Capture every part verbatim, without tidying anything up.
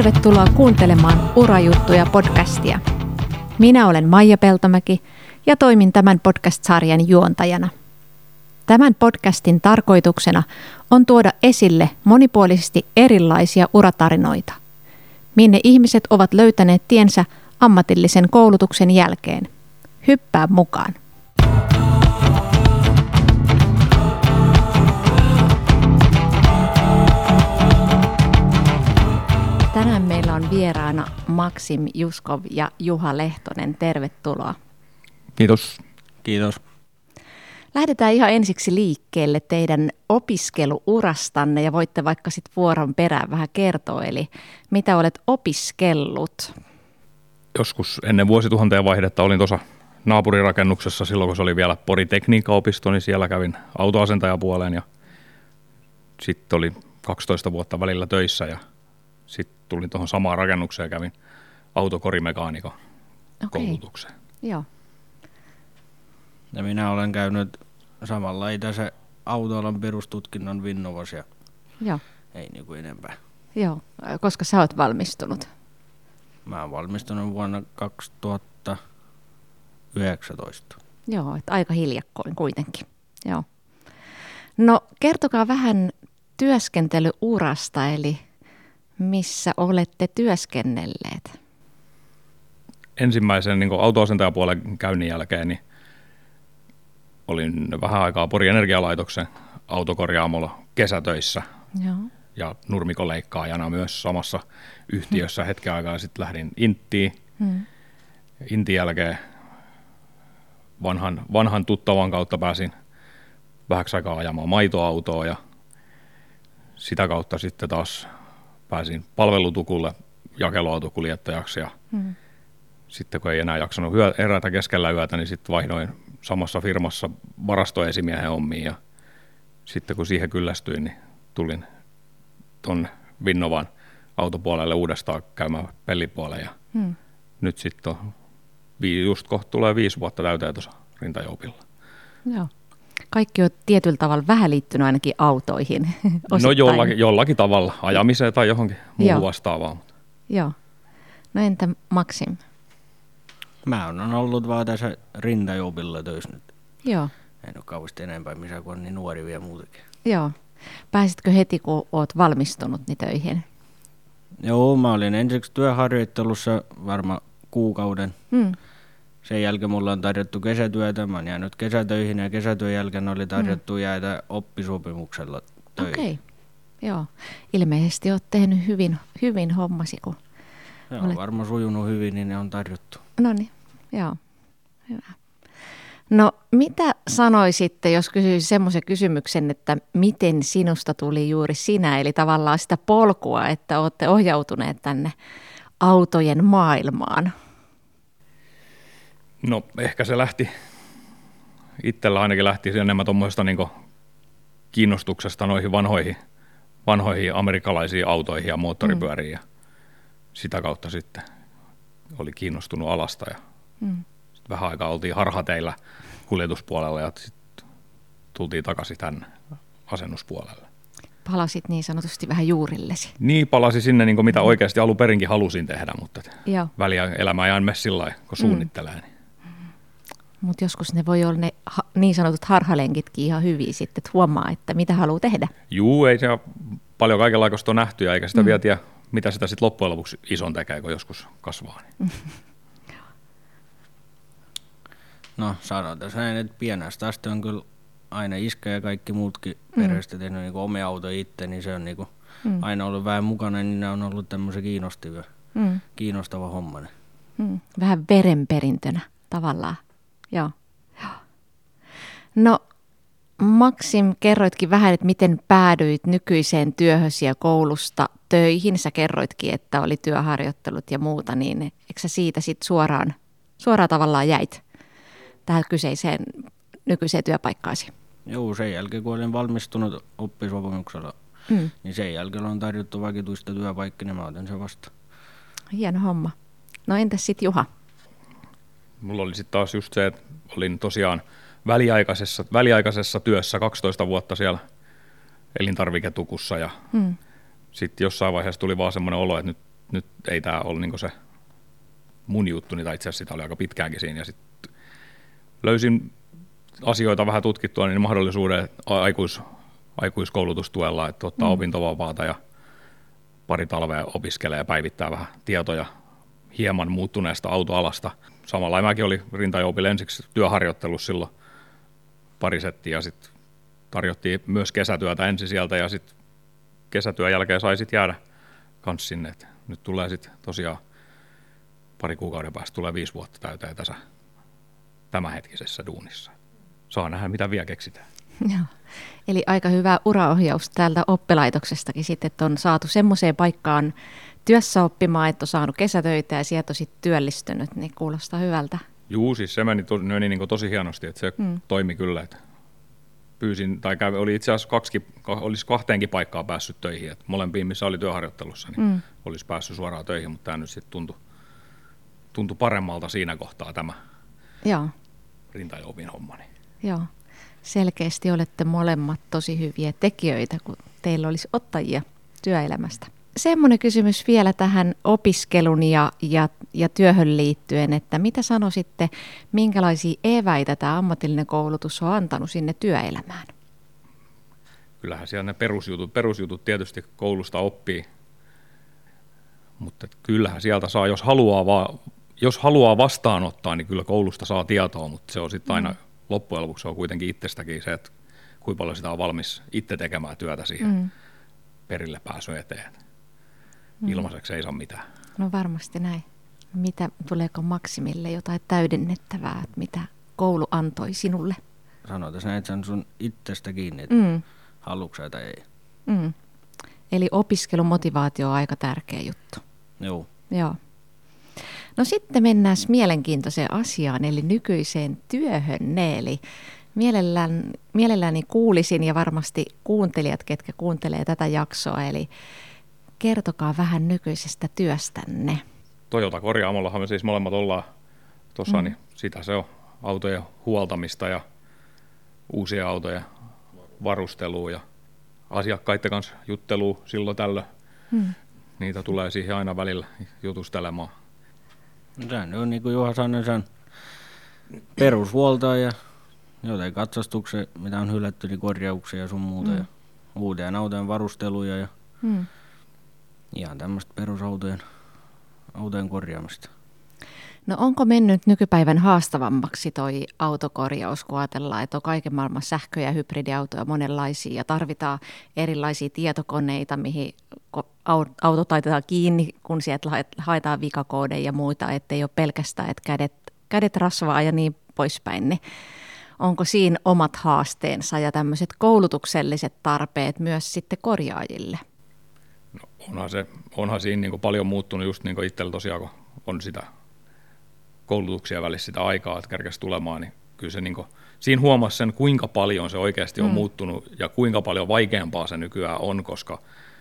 tervetuloa kuuntelemaan Urajuttuja podcastia. Minä olen Maija Peltomäki ja toimin tämän podcast-sarjan juontajana. Tämän podcastin tarkoituksena on tuoda esille monipuolisesti erilaisia uratarinoita, minne ihmiset ovat löytäneet tiensä ammatillisen koulutuksen jälkeen. Hyppää mukaan! Tänään meillä on vieraana Maksim Juskov ja Juha Lehtonen. Tervetuloa. Kiitos. Kiitos. Lähdetään ihan ensiksi liikkeelle teidän opiskeluurastanne ja voitte vaikka sitten vuoron perään vähän kertoa. Eli mitä olet opiskellut? Joskus ennen vuosituhanteen vaihdetta olin tuossa naapurirakennuksessa silloin, kun se oli vielä Pori Tekniikkaopisto, niin siellä kävin autoasentajapuoleen ja sitten oli kaksitoista vuotta välillä töissä ja sitten tulin tuohon samaan rakennukseen ja kävin autokorimekaanikon koulutukseen. Joo. Ja minä olen käynyt samalla itäisen autoalan perustutkinnon Vinnovas ja Joo. ei niin kuin enempää. Joo. Koska sä oot valmistunut? Mä oon valmistunut vuonna kaksituhattayhdeksäntoista. Joo, että aika hiljakkoin kuitenkin. Joo. No kertokaa vähän työskentelyurasta, eli missä olette työskennelleet? Ensimmäisen niin autoasentajapuolen käynnin jälkeen niin olin vähän aikaa Porin Energialaitoksen autokorjaamolla kesätöissä. Joo. Ja nurmikoleikkaajana myös samassa yhtiössä hmm. hetken aikaa. Sitten lähdin Inttiin. Hmm. Intin jälkeen vanhan, vanhan tuttavan kautta pääsin vähäksi aikaa ajamaan maitoautoa ja sitä kautta sitten taas pääsin palvelutukulle jakeluautokuljettajaksi ja hmm. sitten kun ei enää jaksanut hyö, erätä keskellä yötä, niin sitten vaihdoin samassa firmassa varastoesimiehen hommiin ja sitten kun siihen kyllästyin, niin tulin tuonne Vinnovan autopuolelle uudestaan käymään pellipuolelle ja hmm. nyt sitten on, just kohta tulee viisi vuotta täyteen tuossa Rintajoupilla. Joo. Kaikki on tietyllä tavalla vähän liittynyt ainakin autoihin. No jollakin, jollakin tavalla, ajamiseen tai johonkin muuhun vastaavaan. Joo. No entä Maksim? Mä oon ollut vaan tässä Rintajoupilla töissä nyt. Joo. En ole kauheasti enempää missä kun on niin nuori vielä muutenkin. Joo. Pääsitkö heti, kun oot valmistunut niin töihin? Joo, mä olin ensiksi työharjoittelussa varmaan kuukauden. Hmm. Sen jälkeen mulla on tarjottu kesätyötä. Mä oon jäänyt kesätöihin ja kesätyön jälkeen oli tarjottu hmm. jäädä oppisopimuksella töihin. Okei, okay. Joo. Ilmeisesti oot tehnyt hyvin, hyvin hommasi, kun Joo, olet varmaan sujunut hyvin, niin ne on tarjottu. No niin, joo. Hyvä. No mitä sanoisitte, jos kysyisin semmoisen kysymyksen, että miten sinusta tuli juuri sinä, eli tavallaan sitä polkua, että olette ohjautuneet tänne autojen maailmaan? No ehkä se lähti, itsellä ainakin lähti enemmän tuommoisesta niin kuin kiinnostuksesta noihin vanhoihin, vanhoihin amerikkalaisiin autoihin ja moottoripyöriin ja sitä kautta sitten oli kiinnostunut alasta ja mm. vähän aikaa oltiin harhateillä kuljetuspuolella ja sitten tultiin takaisin tänne asennuspuolelle. Palasit niin sanotusti vähän juurillesi. Niin, palasin sinne, niin kuin mitä mm. oikeasti alun perinkin halusin tehdä, mutta väliä elämä ei aina mene sillä lailla, kun suunnittelee. Niin. Mm. Mutta joskus ne voi olla ne niin sanotut harhalenkitkin ihan hyviä sitten, että huomaa, että mitä haluaa tehdä. Juu, ei se paljon kaikenlaista ole nähty, eikä sitä mm. vielä tiedä, mitä sitä sitten loppujen lopuksi ison tekee, kun joskus kasvaa. Niin. No sanotaan näin, että pienestä asti on kyllä aina iskä ja kaikki muutkin mm. perheestä tehnyt niin omia autoja itse, niin se on niin kuin mm. aina ollut vähän mukana, niin ne on ollut tämmöisen kiinnostava, mm. kiinnostava homma. Mm. Vähän verenperintönä tavallaan, joo. No Maksim, kerroitkin vähän, että miten päädyit nykyiseen työhösi ja koulusta töihin. Sä kerroitkin, että oli työharjoittelut ja muuta, niin eikö sä siitä sitten suoraan, suoraan tavallaan jäit tähän kyseiseen nykyiseen työpaikkaasi? Joo, sen jälkeen kun olin valmistunut oppisopimuksella, mm. niin sen jälkeen on tarjottu vakituista työpaikkaa, niin mä otin sen vasta. Hieno homma. No entäs sitten Juha? Mulla oli sitten taas just se, että olin tosiaan väliaikaisessa, väliaikaisessa työssä kaksitoista vuotta siellä elintarviketukussa ja hmm. sitten jossain vaiheessa tuli vaan semmoinen olo, että nyt nyt ei tämä ole niin se mun juttu, niin itse asiassa sitä oli aika pitkäänkin siinä. Ja sitten löysin asioita vähän tutkittua, niin mahdollisuuden aikuis, aikuiskoulutustuella, että ottaa mm. opintovapaata ja pari talvea opiskelee ja päivittää vähän tietoja hieman muuttuneesta autoalasta. Samalla mäkin oli rintajoupilla ensiksi työharjoittelussa silloin pari settiä ja sitten tarjottiin myös kesätyötä ensin sieltä ja sitten kesätyön jälkeen sai sitten jäädä kans sinne. Et nyt tulee sitten tosiaan pari kuukauden päästä tulee viisi vuotta täyteen tässä tämänhetkisessä duunissa. Saa nähdä, mitä vielä keksitään. Joo. Eli aika hyvä uraohjaus täältä oppilaitoksestakin sitten, että on saatu semmoiseen paikkaan työssä oppimaan, että on saanut kesätöitä ja sieltä on sitten työllistynyt, niin kuulostaa hyvältä. Juu, siis se meni, to, meni niin tosi hienosti, että se hmm. toimi kyllä. Että pyysin, tai kävi, oli itse asiassa kaksikin, olisi kahteenkin paikkaa päässyt töihin, että molempiin, missä oli työharjoittelussa, niin hmm. olisi päässyt suoraan töihin, mutta tämä nyt sitten tuntui, tuntui paremmalta siinä kohtaa tämä Joo. rintajoupin homma. Niin. Joo. Selkeästi olette molemmat tosi hyviä tekijöitä, kun teillä olisi ottajia työelämästä. Semmoinen kysymys vielä tähän opiskelun ja, ja, ja työhön liittyen, että mitä sanoisitte, minkälaisia eväitä tämä ammatillinen koulutus on antanut sinne työelämään? Kyllähän siellä ne perusjutut, perusjutut tietysti koulusta oppii, mutta kyllähän sieltä saa, jos haluaa, va, jos haluaa vastaanottaa, niin kyllä koulusta saa tietoa, mutta se on sitten aina mm. loppujen lopuksi se on kuitenkin itsestäkin se, että kuinka paljon sitä on valmis itse tekemään työtä siihen mm. perille pääsy eteen. Mm. Ilmaiseksi ei saa mitään. No varmasti näin. Mitä, tuleeko Maksimille jotain täydennettävää, että mitä koulu antoi sinulle? Sanotaan näin, että se on sun itsestä kiinni, että mm. haluatko tai ei. Mm. Eli opiskelumotivaatio on aika tärkeä juttu. Joo. Joo. No sitten mennään mielenkiintoiseen asiaan, eli nykyiseen työhönne. Eli mielellään, mielelläni kuulisin ja varmasti kuuntelijat, ketkä kuuntelee tätä jaksoa, eli kertokaa vähän nykyisestä työstänne. Toyota korjaamollahan me siis molemmat ollaan tuossa, mm. niin sitä se on autojen huoltamista ja uusia autoja varustelua ja asiakkaiden kanssa juttelua silloin tällöin. Mm. Niitä tulee siihen aina välillä jutustelemaan. Se on niin kuin Juha sanoi, se on perushuoltoa ja jotain katsastuksia, mitä on hylätty, niin korjauksia ja sun muuta. Mm. Ja uuden autojen varusteluja ja mm. ihan tämmöistä perusautojen autojen korjaamista. No onko mennyt nykypäivän haastavammaksi toi autokorjaus, kun ajatellaan, että on kaiken maailman sähkö- ja hybridiautoja monenlaisia ja tarvitaan erilaisia tietokoneita, mihin auto taitetaan kiinni, kun sieltä haetaan vikakoodeja ja muita, ettei ole pelkästään, että kädet, kädet rasvaa ja niin poispäin. Niin onko siinä omat haasteensa ja tämmöiset koulutukselliset tarpeet myös sitten korjaajille? No onhan, se, onhan siinä niin kuin paljon muuttunut just niin kuin itsellä tosiaan, kun on sitä koulutuksia välissä sitä aikaa, että kerkesi tulemaan, niin kyllä se niin kuin, siinä huomasi sen, kuinka paljon se oikeasti on mm. muuttunut ja kuinka paljon vaikeampaa se nykyään on, koska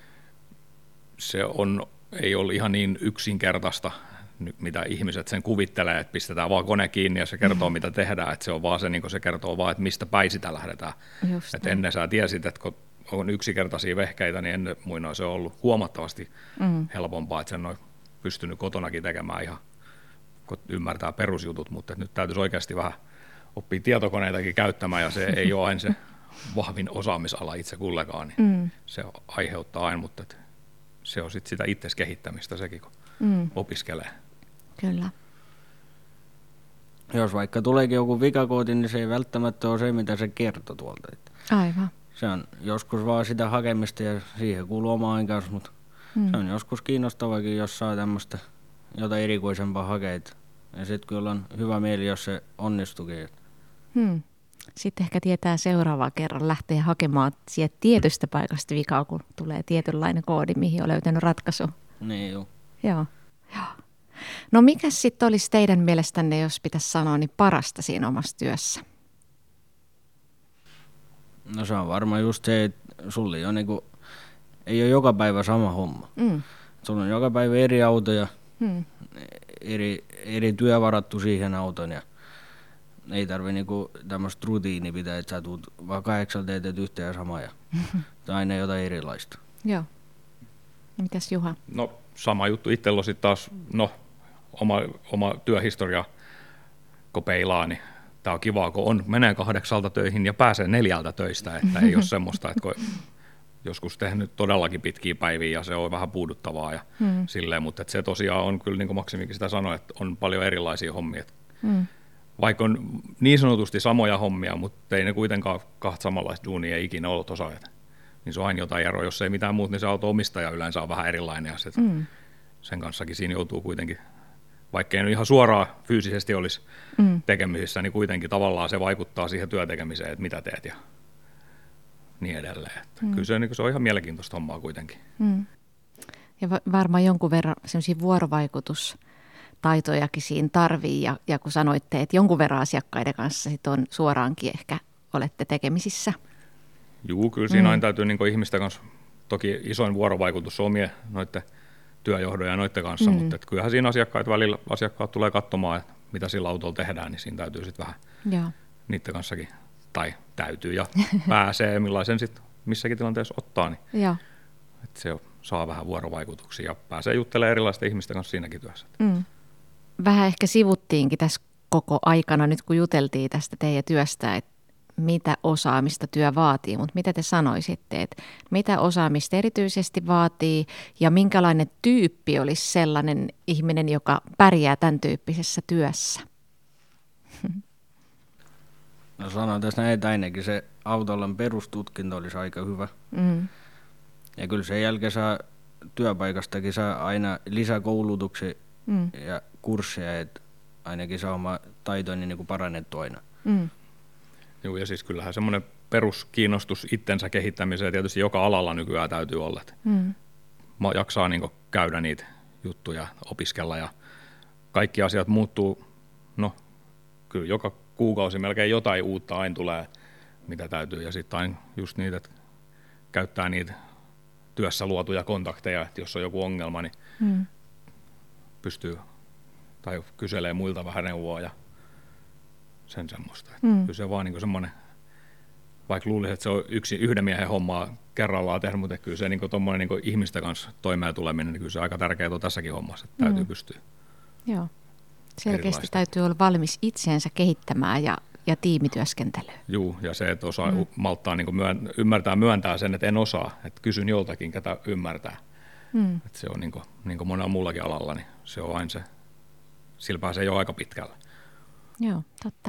se on, ei ole ihan niin yksinkertaista, mitä ihmiset sen kuvittelee, että pistetään vaan kone kiinni ja se kertoo, mm. mitä tehdään, että se on vaan se, niin kuin se kertoo vaan, että mistä päin sitä lähdetään. Että ennen sä tiesit, että kun on yksinkertaisia vehkeitä, niin ennen muinoin se on ollut huomattavasti mm. helpompaa, että sen on pystynyt kotonakin tekemään ihan, kun ymmärtää perusjutut, mutta nyt täytyisi oikeasti vähän oppia tietokoneitakin käyttämään, ja se ei ole aina se vahvin osaamisala itse kullekaan, niin mm. se aiheuttaa aina, mutta se on sitten sitä itses kehittämistä sekin, kun mm. opiskelee. Kyllä. Jos vaikka tuleekin joku vikakoodi, niin se ei välttämättä ole se, mitä se kertoo tuolta. Aivan. Se on joskus vaan sitä hakemista ja siihen kuuluu oma aikansa, mutta mm. se on joskus kiinnostavakin, jos saa tämmöistä jotain erikoisempaa hakeita. Ja sitten kyllä on hyvä mieli, jos se onnistukin. Hmm. Sitten ehkä tietää seuraavaa kerran lähteä hakemaan sieltä tietystä paikasta vikaa, kun tulee tietynlainen koodi, mihin on löytänyt ratkaisu. Niin joo. Joo. Joo. No mikä sitten olisi teidän mielestänne, jos pitäisi sanoa, niin parasta siinä omassa työssä? No se on varmaan just se, että sulla ei ole, niinku, ei ole joka päivä sama homma. Mm. Sulla on joka päivä eri autoja, mm. eri, eri työ varattu siihen autoon ja ei tarvitse niinku tämmöistä rutiinia pitää, että sä tuut vaan kahdeksalta teet yhteen ja samaa ja aina jotain erilaista. Joo. Mitäs Juha? No sama juttu. Itsellä on sitten taas no, oma, oma työhistoria, kun peilaa, niin tämä on kivaa, kun on, menee kahdeksalta töihin ja pääsee neljältä töistä, että ei ole semmoista, että kun joskus tehnyt todellakin pitkiä päiviä ja se on vähän puuduttavaa ja hmm. silleen, mutta se tosiaan on kyllä, niin kuin Maksimikin sitä sanoi, että on paljon erilaisia hommia. Hmm. Vaikka on niin sanotusti samoja hommia, mutta ei ne kuitenkaan kahta samanlaista duunia ikinä ollut osa. Niin se on aina jotain eroa. Jos ei mitään muuta, niin se auto-omistaja yleensä on vähän erilainen ja sit hmm. sen kanssakin siinä joutuu kuitenkin, vaikka ei ihan suoraan fyysisesti olisi hmm. tekemisissä, niin kuitenkin tavallaan se vaikuttaa siihen työtekemiseen, että mitä teet ja niin edelleen. Mm. Kyllä se, niin se on ihan mielenkiintoista hommaa kuitenkin. Mm. Ja va- varmaan jonkun verran semmoisia vuorovaikutustaitojakin siinä tarvii. Ja, ja kun sanoitte, että jonkun verran asiakkaiden kanssa sit on suoraankin ehkä olette tekemisissä. Juu, kyllä siinä mm. aina täytyy niin ihmisten kanssa, toki isoin vuorovaikutus on omien noiden työjohdon ja noiden kanssa, mm. mutta et kyllähän siinä asiakkaat välillä, asiakkaat tulee katsomaan, että mitä sillä autolla tehdään, niin siinä täytyy sitten vähän Joo. niiden kanssakin tai täytyy ja pääsee, millaisen sitten missäkin tilanteessa ottaa, niin Joo. että se saa vähän vuorovaikutuksia ja pääsee juttelemaan erilaisten ihmisten kanssa siinäkin työssä. Mm. Vähän ehkä sivuttiinkin tässä koko aikana, nyt kun juteltiin tästä teidän työstä, että mitä osaamista työ vaatii, mutta mitä te sanoisitte, että mitä osaamista erityisesti vaatii ja minkälainen tyyppi olisi sellainen ihminen, joka pärjää tämän tyyppisessä työssä? No sanon tässä näin, ainakin se autollan perustutkinto olisi aika hyvä. Mm. Ja kyllä sen jälkeen saa työpaikastakin saa aina lisäkoulutuksia mm. ja kursseja, että ainakin saa oma taitoni niin kuin parannettu aina. Mm. Joo, ja siis kyllähän semmoinen peruskiinnostus itsensä kehittämiseen tietysti joka alalla nykyään täytyy olla. Mm. Jaksaa niin kuin käydä niitä juttuja, opiskella ja kaikki asiat muuttuu, no kyllä joka kuukausi melkein jotain uutta aina tulee, mitä täytyy. Ja sitten aina just niitä, että käyttää niitä työssä luotuja kontakteja, että jos on joku ongelma, niin mm. pystyy tai kyselee muilta vähän neuvoa ja sen semmoista. Mm. Kyllä se vaan niin semmoinen, vaikka luulisin, että se on yksi, yhden miehen hommaa kerrallaan tehdä, mutta kyllä se niin tuommoinen niin ihmisten kanssa toimeen tuleminen, niin kyllä se aika tärkeää on tässäkin hommassa, että täytyy mm. pystyä. Joo. Selkeästi erilaista. Täytyy olla valmis itseensä kehittämään ja, ja tiimityöskentelyyn. Joo, ja se, että osaa mm. malttaa niin myön, ymmärtää, myöntää sen, että en osaa, että kysyn joltakin, ketä ymmärtää. Mm. Että se on niin kuin, niin kuin monella muullakin alalla, niin se on aina se, sillä pääsee jo aika pitkälle. Joo, totta.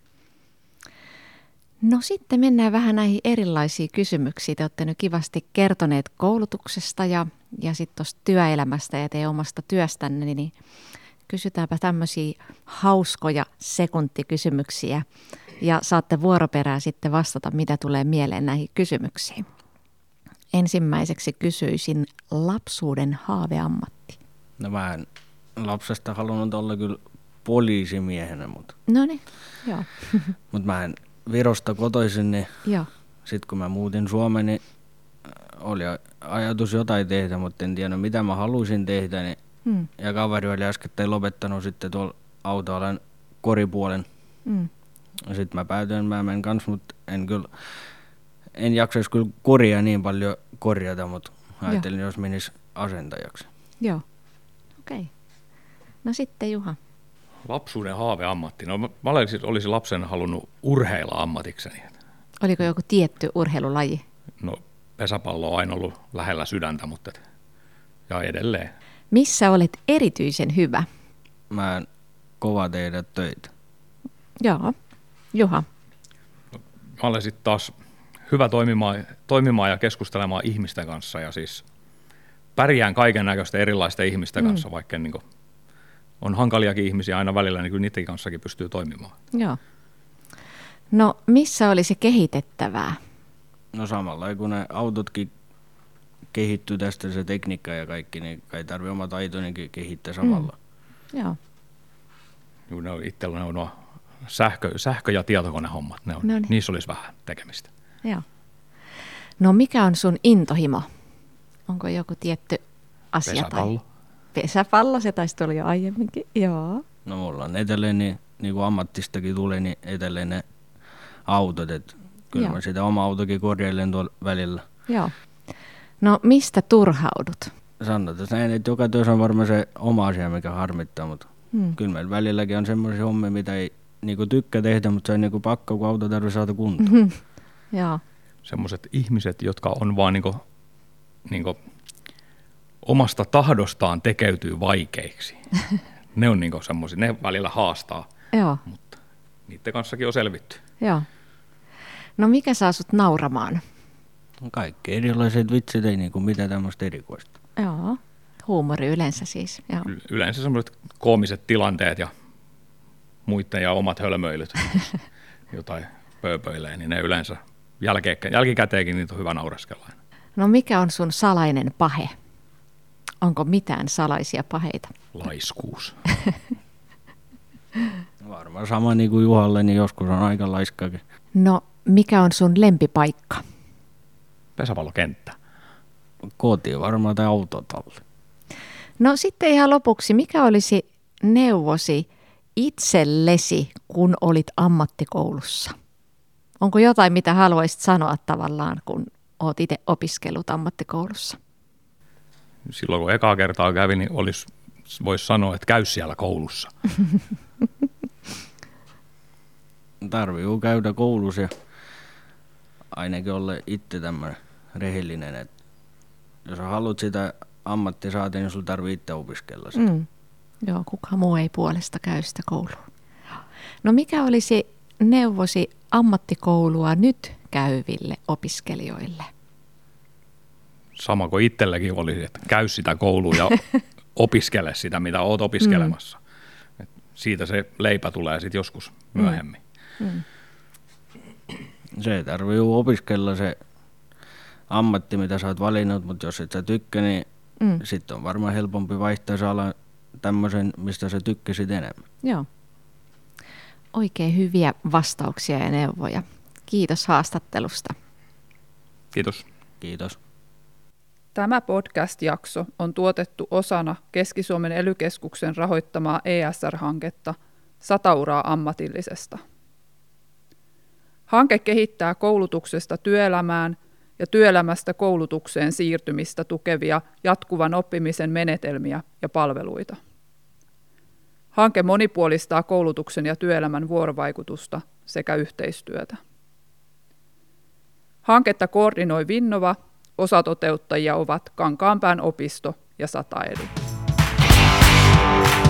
No sitten mennään vähän näihin erilaisiin kysymyksiin. Te olette nyt kivasti kertoneet koulutuksesta ja, ja sitten tuosta työelämästä ja teidän omasta työstänne, niin kysytäänpä tämmöisiä hauskoja sekuntikysymyksiä ja saatte vuoroperään sitten vastata, mitä tulee mieleen näihin kysymyksiin. Ensimmäiseksi kysyisin lapsuuden haaveammatti. No mä en lapsesta halunnut olla kyllä poliisimiehenä, mutta no niin, joo. Mutta mä en Virosta kotoisin, niin sitten kun mä muutin Suomeen, niin oli ajatus jotain tehdä, mutta en tiedä mitä mä haluaisin tehdä. Niin hmm. Ja kaveri oli äskettäin lopettanut sitten tuolla autoalan koripuolen. Hmm. Sitten mä päätyin, mä menen kanssa, mutta en kyllä, en jaksaisi kyllä koria niin paljon korjata, mutta ajattelin, jos menisi asentajaksi. Joo, okei. Okay. No sitten Juha. Lapsuuden haaveammatti. No mä olisin, olisin lapsen halunnut urheilla ammatikseni. Oliko joku tietty urheilulaji? No pesäpallo on aina ollut lähellä sydäntä, mutta ja edelleen. Missä olet erityisen hyvä? Mä en kova tehdä töitä. Joo. Juha. No, mä olen sitten taas hyvä toimimaan, toimimaan ja keskustelemaan ihmisten kanssa ja siis pärjään kaiken näköisten erilaisten ihmisten kanssa, mm. vaikka niin kuin on hankaliakin ihmisiä aina välillä, niin kyllä niiden kanssakin pystyy toimimaan. Joo. No missä olisi kehitettävää? No samalla kun ne autotkin kehittyy tästä se tekniikka ja kaikki, niin kai tarvitse oma taitoinenkin kehittää samalla. Mm. Joo. Joo, ne on itsellä ne on nuo sähkö, sähkö- ja tietokonehommat. Ne on, no niin. Niissä olisi vähän tekemistä. Joo. No mikä on sun intohimo? Onko joku tietty asia? Pesäpallo. Tai pesäpallo, se taisi tulla jo aiemminkin. Joo. No mulla on edelleen, niin, niin kuin ammattistakin tulee, niin edelleen ne autot. Et kyllä Joo. mä sitä oma autokin korjailen tuolla välillä. Joo. No mistä turhaudut? sanotaan näin, että joka työssä on varmaan se oma asia, mikä harmittaa, mutta hmm. kyllä meillä välilläkin on semmoisia hommia, mitä ei niinku tykkää tehdä, mutta se on niinku pakko, kun auto tarvitsee saada kuntoon. Mm-hmm. Joo. Semmoiset ihmiset, jotka on vaan niinku, niinku omasta tahdostaan tekeytyy vaikeiksi. Ne on niinku semmoisia, ne välillä haastaa, Joo. mutta niiden kanssakin on selvitty. Joo. No mikä saa sut nauramaan? Kaikki erilaiset vitsit, ei niinku mitään tämmöistä erikoista. Joo. Huumori yleensä siis. Joo. Y- yleensä semmoiset koomiset tilanteet ja muiden ja omat hölmöilyt, jotain pööpöilee, niin ne yleensä jälke- jälkikäteenkin niitä on hyvä naureskella. No mikä on sun salainen pahe? Onko mitään salaisia paheita? Laiskuus. Varmaan sama niin kuin Juhalle, niin joskus on aika laiskaakin. No mikä on sun lempipaikka? Pesäpallokenttä. Koti varmaan tai autotalli. No sitten ihan lopuksi, mikä olisi neuvosi itsellesi, kun olit ammattikoulussa? Onko jotain, mitä haluaisit sanoa tavallaan, kun olet itse opiskellut ammattikoulussa? Silloin kun ekaa kertaa kävin, niin olisi, voisi sanoa, että käy siellä koulussa. Tarvii käydä koulussa ja ainakin olla itse tämmöinen rehellinen, että jos haluat sitä ammattia saada, niin sulla tarvii itse opiskella sitä. Mm. Joo, kukaan muu ei puolesta käy sitä koulua. No mikä olisi neuvosi ammattikoulua nyt käyville opiskelijoille? Sama kuin itselläkin olisi, että käy sitä koulua ja opiskele sitä, mitä olet opiskelemassa. Mm. Siitä se leipä tulee sitten joskus myöhemmin. Mm. Se tarvii opiskella se ammatti, mitä sä oot valinnut, mutta jos et sä tykkää, niin mm. sitten on varmaan helpompi vaihtaa saada tämmöisen, mistä sä tykkäsit enemmän. Joo. Oikein hyviä vastauksia ja neuvoja. Kiitos haastattelusta. Kiitos. Kiitos. Tämä podcast-jakso on tuotettu osana Keski-Suomen ely-keskuksen rahoittamaa E S R-hanketta sata uraa ammatillisesta. Hanke kehittää koulutuksesta työelämään ja työelämästä koulutukseen siirtymistä tukevia jatkuvan oppimisen menetelmiä ja palveluita. Hanke monipuolistaa koulutuksen ja työelämän vuorovaikutusta sekä yhteistyötä. Hanketta koordinoi Vinnova, osatoteuttajia ovat Kankaanpään opisto ja Sataedu.